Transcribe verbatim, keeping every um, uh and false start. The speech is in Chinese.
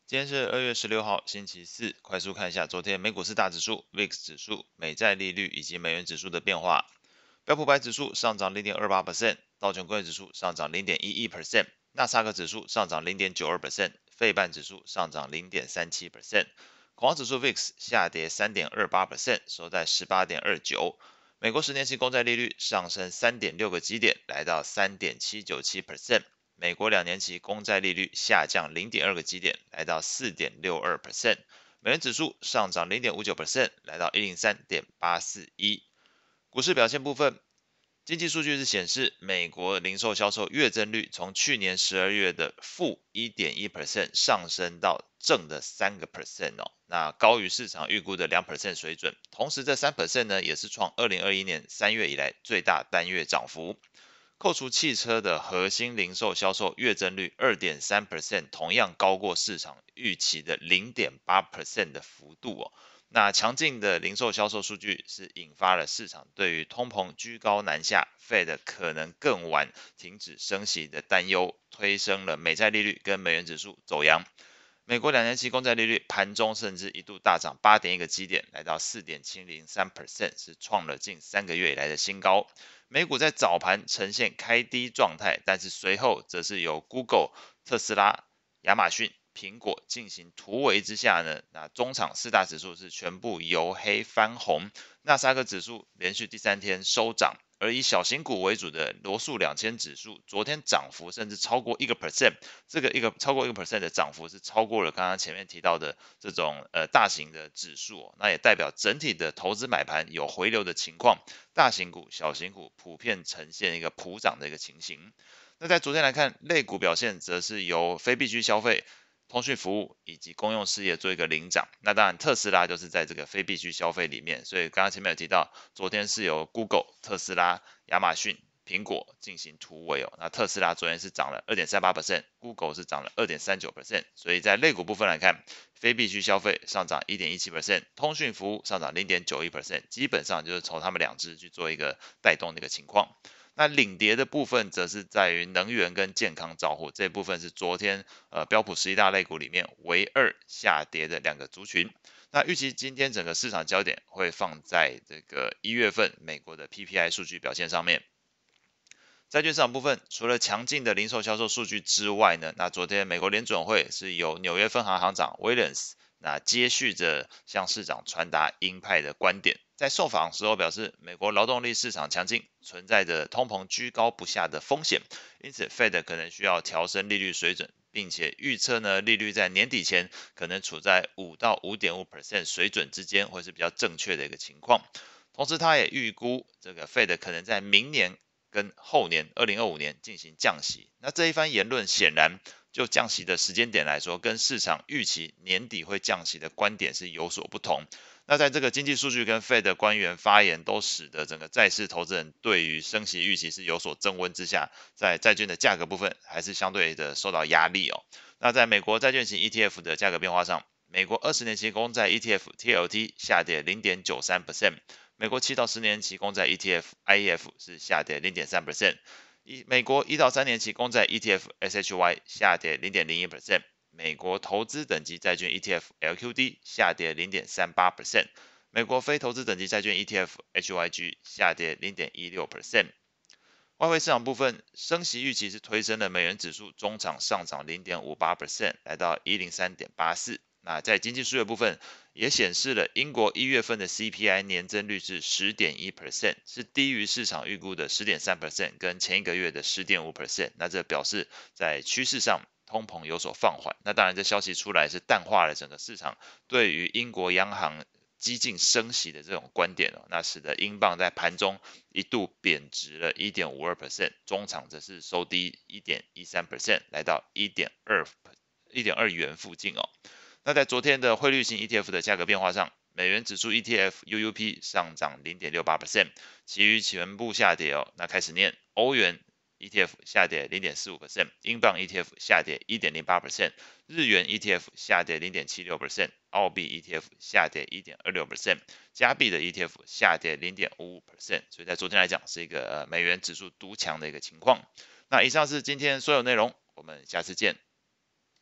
今天是二月十六号，星期四。快速看一下昨天美股四大指数、V I X 指数、美债利率以及美元指数的变化。标普百指数上涨 零点二八 percent， 道琼工业指数上涨 零点一一 percent， 纳斯达克指数上涨 零点九二 percent， 费半指数上涨 零点三七 percent， 恐慌指数 V I X 下跌 三点二八 percent， 收在 十八点二九。美国十年期公债利率上升 三点六个基点，来到 三点七九七 percent。美国两年期公债利率下降 零点二个基点，来到 四点六二 percent。美元指数上涨 零点五九 percent， 来到 一零三点八四一。股市表现部分，经济数据是显示，美国零售销售月增率从去年十二月的负 一点一 percent 上升到正的 三个 percent 哦，那高于市场预估的 两 percent 水准。同时这 三 percent 呢，也是创二零二一年三月以来最大单月涨幅。扣除汽车的核心零售销售月增率 二点三 percent， 同样高过市场预期的 零点八 percent 的幅度哦。那强劲的零售销售数据是引发了市场对于通膨居高难下 ，Fed 可能更晚停止升息的担忧，推升了美债利率跟美元指数走扬。美国两年期公债利率盘中甚至一度大涨 八点一 个基点，来到 四点七零三 percent， 是创了近三个月以来的新高。美股在早盘呈现开低状态，但是随后则是由 Google、特斯拉、亚马逊、苹果进行突围之下呢，那中场四大指数是全部由黑翻红，纳斯达克指数连续第三天收涨。而以小型股为主的罗素两千指数，昨天涨幅甚至超过一个 percent， 这个一个超过一个 percent 的涨幅是超过了刚刚前面提到的这种呃大型的指数、哦，那也代表整体的投资买盘有回流的情况，大型股、小型股普遍呈现一个普涨的一个情形。那在昨天来看，类股表现则是由非必需消费、通讯服务以及公用事业做一个领涨，那当然特斯拉就是在这个非必需消费里面，所以刚刚前面有提到，昨天是由 Google、特斯拉、亚马逊、苹果进行突围哦。那特斯拉昨天是涨了 二点三八 percent，Google 是涨了 二点三九 percent， 所以在类股部分来看，非必需消费上涨 一点一七 percent， 通讯服务上涨 零点九一 percent， 基本上就是从他们两只去做一个带动的一个情况。那领跌的部分则是在于能源跟健康照护，这部分是昨天呃标普十一大类股里面唯二下跌的两个族群。那预期今天整个市场焦点会放在这个一月份美国的 P P I 数据表现上面。债券市场部分，除了强劲的零售销售数据之外呢，那昨天美国联准会是由纽约分行行长 Williams 那接续着向市场传达鹰派的观点，在受访时候表示，美国劳动力市场强劲，存在着通膨居高不下的风险，因此 Fed 可能需要调升利率水准，并且预测呢利率在年底前可能处在五到 五点五 percent 水准之间，会是比较正确的一个情况。同时，他也预估这个 Fed 可能在明年跟后年二零二五年进行降息。那这一番言论显然就降息的时间点来说，跟市场预期年底会降息的观点是有所不同。那在这个经济数据跟 Fed 官员发言都使得整个债市投资人对于升息预期是有所增温之下，在债券的价格部分还是相对的受到压力哦。那在美国债券型 E T F 的价格变化上，美国二十年期公债 E T F T L T 下跌 零点九三 percent， 美国七到十年期公债 E T F I E F 是下跌 零点三 percent， 美国一到三年期公债 E T F S H Y 下跌 零点零一 percent， 美国投资等级债券 E T F L Q D 下跌 零点三八 percent， 美国非投资等级债券 E T F H Y G 下跌 零点一六 percent。外汇市场部分，升息预期是推升了美元指数中场上涨 零点五八 percent， 来到 一零三点八四。那在经济数据部分，也显示了英国一月份的 C P I 年增率是 十点一 percent， 是低于市场预估的 十点三 percent， 跟前一个月的 十点五 percent。那这表示在趋势上通膨有所放缓。那当然，这消息出来是淡化了整个市场对于英国央行激进升息的这种观点哦，那使得英镑在盘中一度贬值了 一点五二 percent， 中场则是收低 一点一三 percent， 来到 一点二 一点二元附近哦。那在昨天的汇率型 E T F 的价格变化上，美元指数 E T F U U P 上涨 零点六八 percent， 其余全部下跌哦。那开始念欧元 E T F 下跌 零点四五 percent， 英镑 E T F 下跌 一点零八 percent， 日元 E T F 下跌 零点七六 percent， 澳币 E T F 下跌 一点二六 percent， 加币的 E T F 下跌 零点五五 percent。所以在昨天来讲是一个、呃、美元指数独强的一个情况。那以上是今天所有内容，我们下次见。